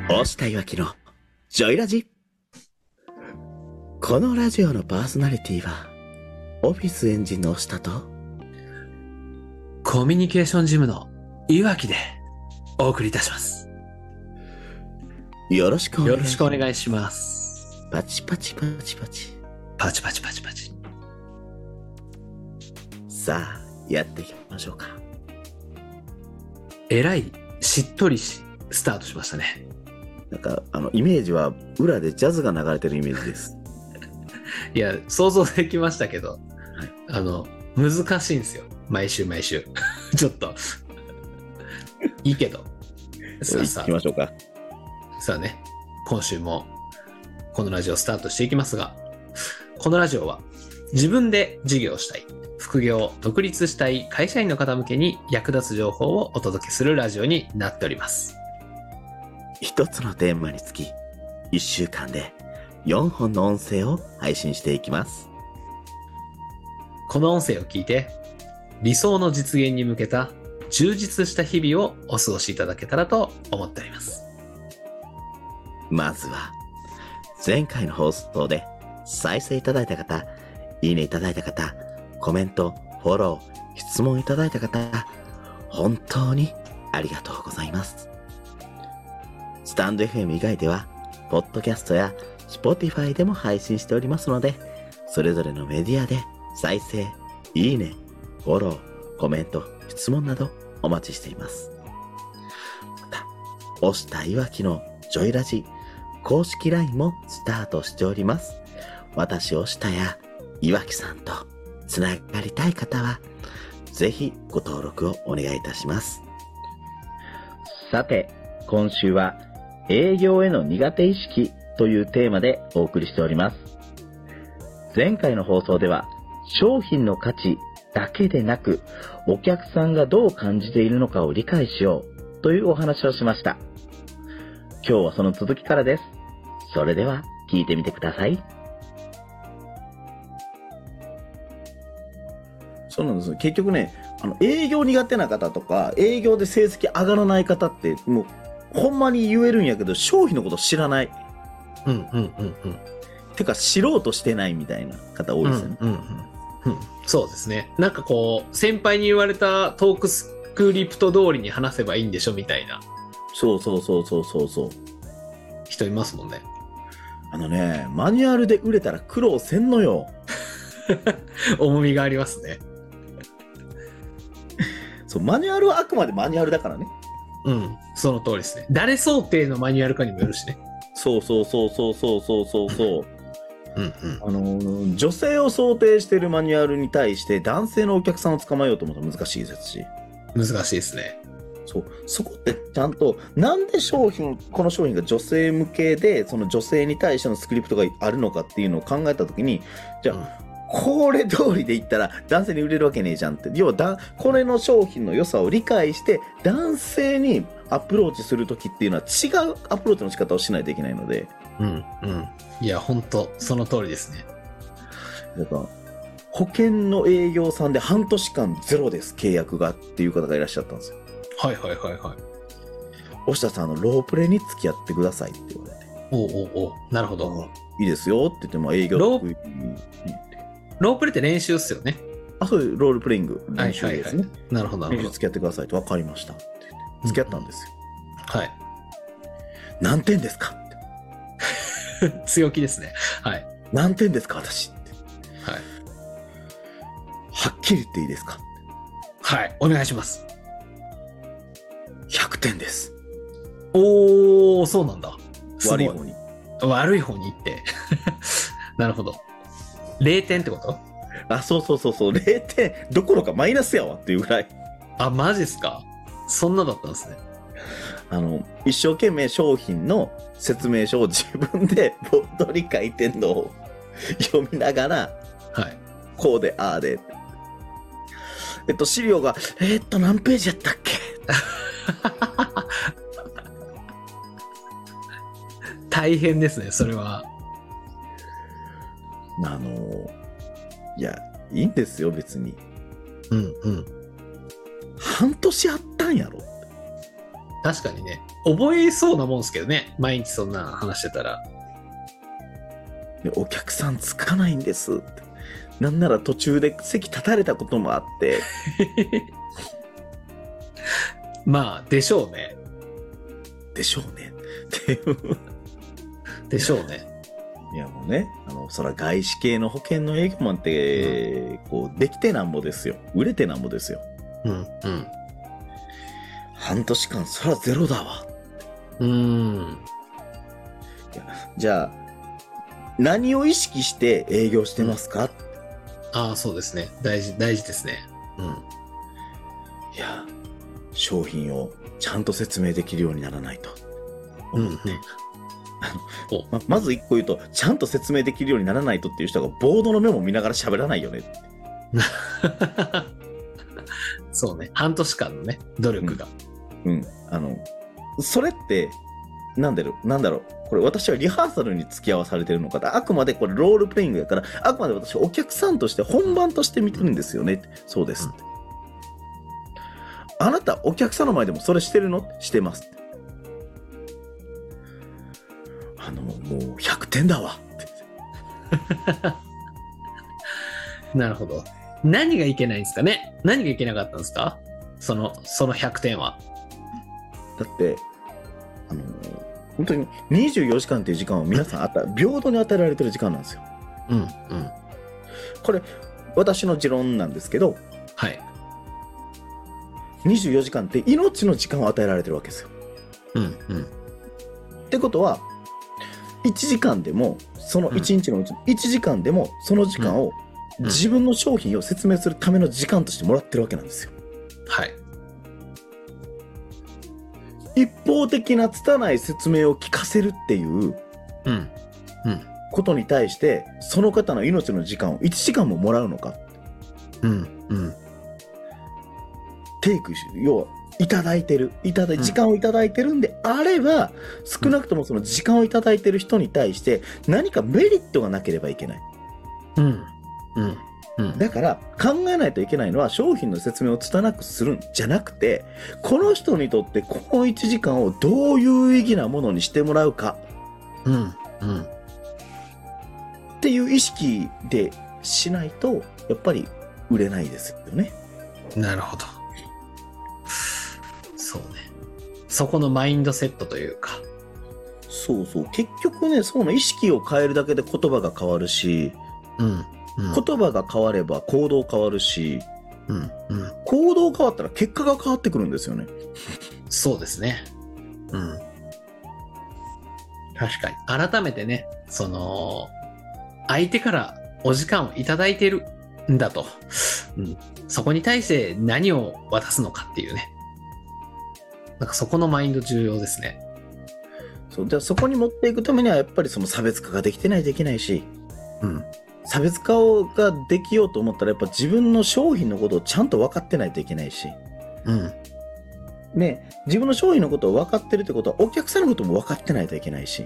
押したいわきのジョイラジ。このラジオのパーソナリティはオフィスエンジンの押したとコミュニケーションジムのいわきでお送りいたします。 よろしくお願いします。 よろしくお願いします。 パチパチパチパチパチパチパチパチ。 さあやっていきましょうか。 えらいしっとりしスタートしましたね。 なんかイメージは裏でジャズが流れてるイメージです。 いや想像できましたけど、 はい、 難しいんですよ毎週毎週ちょっといいけどさあ行きましょうか。 さあね、今週もこのラジオスタートしていきますが、このラジオは自分で事業をしたい、副業、独立したい会社員の方向けに役立つ情報をお届けするラジオになっております。 一つのテーマにつき1週間で4本の音声を配信していきます。 この音声を聞いて理想の実現に向けた充実した日々をお過ごしいただけたらと思っております。 まずは前回の放送で再生いただいた方、いいねいただいた方、コメント、フォロー、質問いただいた方、本当にありがとうございます。スタンド FM 以外ではポッドキャストや Spotify でも配信しておりますので、それぞれのメディアで再生、いいね、フォロー、コメント、質問などお待ちしています。また、押したいわきのジョイラジ公式 LINE もスタートしております。私押したやいわきさんとつながりたい方はぜひご登録をお願いいたします。さて、今週は営業への苦手意識というテーマでお送りしております。前回の放送では商品の価値だけでなく、お客さんがどう感じているのかを理解しようというお話をしました。今日はその続きからです。それでは聞いてみてください。そうなんです。結局ね、営業苦手な方とか営業で成績上がらない方ってもうほんまに言えるんやけど、商品のこと知らない。てか知ろうとしてないみたいな方多いですよね。 そうですね。なんかこう先輩に言われたトークスクリプト通りに話せばいいんでしょみたいな。そう人いますもんね。 マニュアルで売れたら苦労せんのよ。 重みがありますね。 そう、マニュアルはあくまでマニュアルだからね。 その通りですね。誰想定のマニュアルかにもよるしね。 そう。女性を想定しているマニュアルに対して男性のお客さんを捕まえようと思ったら難しいですし。 難しいですね。 そこってちゃんとなんでこの商品が女性向けでその女性に対してのスクリプトがあるのかっていうのを考えたときに、じゃあ、これ通りで言ったら男性に売れるわけねえじゃんって。要はこれの商品の良さを理解して男性にアプローチするときっていうのは違うアプローチの仕方をしないといけないので。 いや本当その通りですね。 だから保険の営業さんで半年間ゼロです契約がっていう方がいらっしゃったんですよ。 はい。 押田さんロープレに付き合ってくださいって言われて。 おなるほど。 いいですよって言っても営業ロープレって練習っすよね。 そういうロールプレイング練習ですね。 なるほど。 練習付き合ってくださいって分かりましたって言って付き合ったんですよ。 はい。 何点ですかって。強気ですね。はい。 何点ですか私って。 はい。 はっきり言っていいですか。 はい。お願いします。 100点です。 おー、そうなんだ。 悪い方に。 悪い方に行って。なるほど。0点ってこと？ そう。0点どころかマイナスやわっていうぐらい。 マジっすか？そんなだったんですね。 一生懸命商品の説明書を自分でボードに書いてんのを読みながら、 はい。 こうでああで。資料が、何ページやったっけ大変ですね、それは。 いや、いいんですよ、別に。 うんうん。 半年あったんやろ。 確かにね。覚えそうなもんですけどね。毎日そんな話してたら。 でお客さんつかないんですって。なんなら途中で席立たれたこともあって。 まあ、でしょうね。 でしょうね。っていう。 でしょうね。 いやもうね、そら外資系の保険の営業マンって、こう、できてなんぼですよ。売れてなんぼですよ。 うん、うん。 半年間、そらゼロだわ。じゃあ、何を意識して営業してますか、 ああ、そうですね。大事ですね。 いや、商品をちゃんと説明できるようにならないと思って。まず一個言うと、ちゃんと説明できるようにならないとっていう人がボードのメモを見ながら喋らないよね。 そうね。半年間のね、努力が。 それって、なんだろう。これ私はリハーサルに付き合わされてるのか。あくまでこれロールプレイングやから、あくまで私はお客さんとして本番として見てるんですよね。そうです。あなたお客さんの前でもそれしてるの？してます。もう100点だわ。 なるほど。何がいけないんですかね？何がいけなかったんですか？その100点は。 だって、本当に24時間っていう時間を皆さん平等に与えられてる時間なんですよ。これ、私の持論なんですけど、 はい。 24時間って命の時間を与えられてるわけですよ。ってことは、1時間でも、その1日のうち1時間でも、その時間を自分の商品を説明するための時間としてもらってるわけなんですよ。 はい。 一方的な拙い説明を聞かせるっていうことに対して、その方の命の時間を1時間ももらうのか。テイク、要はいただいてる、時間をいただいてるんであれば、少なくともその時間をいただいてる人に対して何かメリットがなければいけない。だから考えないといけないのは、商品の説明を拙くするんじゃなくて、この人にとってこの1時間をどう有意義なものにしてもらうかっていう意識でしないとやっぱり売れないですよね。 なるほど。そうね。そこのマインドセットというか。 そうそう。結局ね、その意識を変えるだけで言葉が変わるし、言葉が変われば行動変わるし、行動変わったら結果が変わってくるんですよね。 そうですね。確かに。改めてね、相手からお時間をいただいてるんだと。そこに対して何を渡すのかっていうね。なんかそこのマインド重要ですね。 じゃあそこに持っていくためにはやっぱりその差別化ができてないといけないし、差別化ができようと思ったらやっぱ自分の商品のことをちゃんと分かってないといけないし、ね、自分の商品のことを分かってるってことはお客さんのことも分かってないといけないし、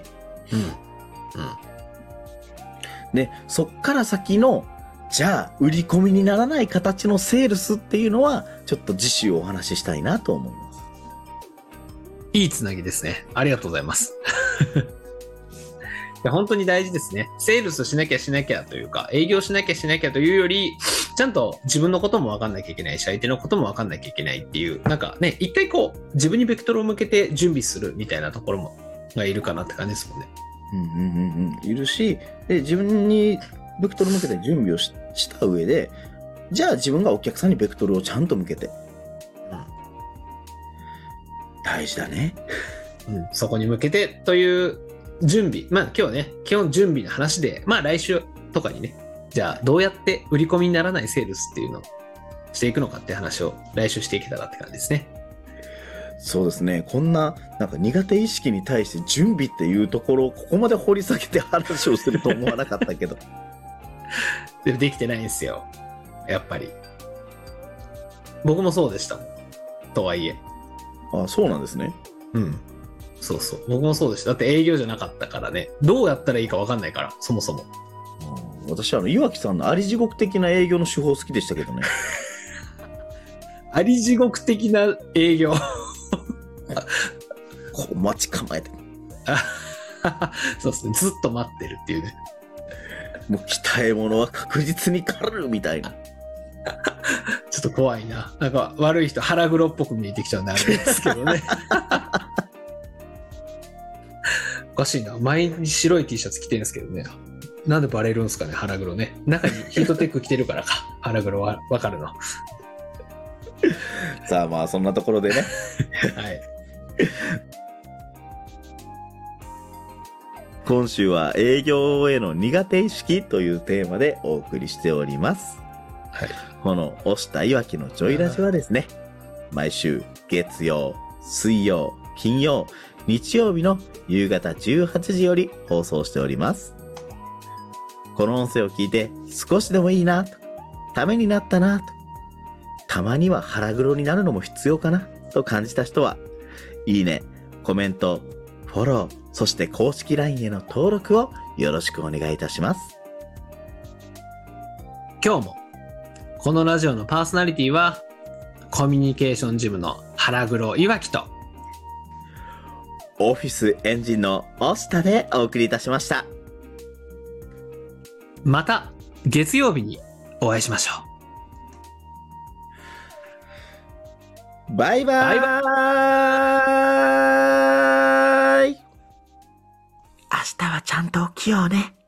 でそっから先のじゃあ売り込みにならない形のセールスっていうのはちょっと次週お話ししたいなと思います。 いいつなぎですね。ありがとうございます。いや本当に大事ですね。セールスしなきゃというか、営業しなきゃというより、ちゃんと自分のことも分かんなきゃいけないし、相手のことも分かんなきゃいけないっていう、なんかね、一回こう、自分にベクトルを向けて準備するみたいなところも、がいるかなって感じですもんね。 いるし、で、自分にベクトル向けて準備をした上で、じゃあ自分がお客さんにベクトルをちゃんと向けて。大事だね。 そこに向けてという準備。まあ今日ね、基本準備の話で、まあ来週とかにね、じゃあどうやって売り込みにならないセールスっていうのをしていくのかって話を来週していけたらって感じですね。 そうですね。こんな、なんか苦手意識に対して準備っていうところをここまで掘り下げて話をすると思わなかったけど。 でもできてないんですよ。やっぱり。僕もそうでしたもん。とはいえ。 あ、そうなんですね。 そうそう。僕もそうでした。だって営業じゃなかったからね。どうやったらいいか分かんないから、そもそも。 私岩木さんのあり地獄的な営業の手法好きでしたけどね。 こう待ち構えて、 そうですね。ずっと待ってるっていうね。 もう鍛え物は確実に狩るみたいな。 ちょっと怖いな。なんか悪い人、腹黒っぽく見えてきちゃうんであれですけどね。おかしいな。毎日白い T シャツ着てるんですけどね。なんでバレるんですかね、腹黒ね。中にヒートテック着てるからか。腹黒はわかるの。はさあまあそんなところでね、 い。 今週は営業への苦手意識というテーマでお送りしております。 はい。 この押したいわきのジョイラジはですね、毎週月曜、水曜、金曜、日曜日の夕方18時より放送しております。この音声を聞いて少しでもいいなと、ためになったなと、たまには腹黒になるのも必要かなと感じた人は、いいね、コメント、フォロー、そして公式 LINE への登録をよろしくお願いいたします。 今日も、このラジオのパーソナリティは、コミュニケーションジムの腹黒いわきと、 オフィスエンジンの押したでお送りいたしました。 また月曜日にお会いしましょう。 バイバーイ。 バイバ明日はちゃんと起きようね。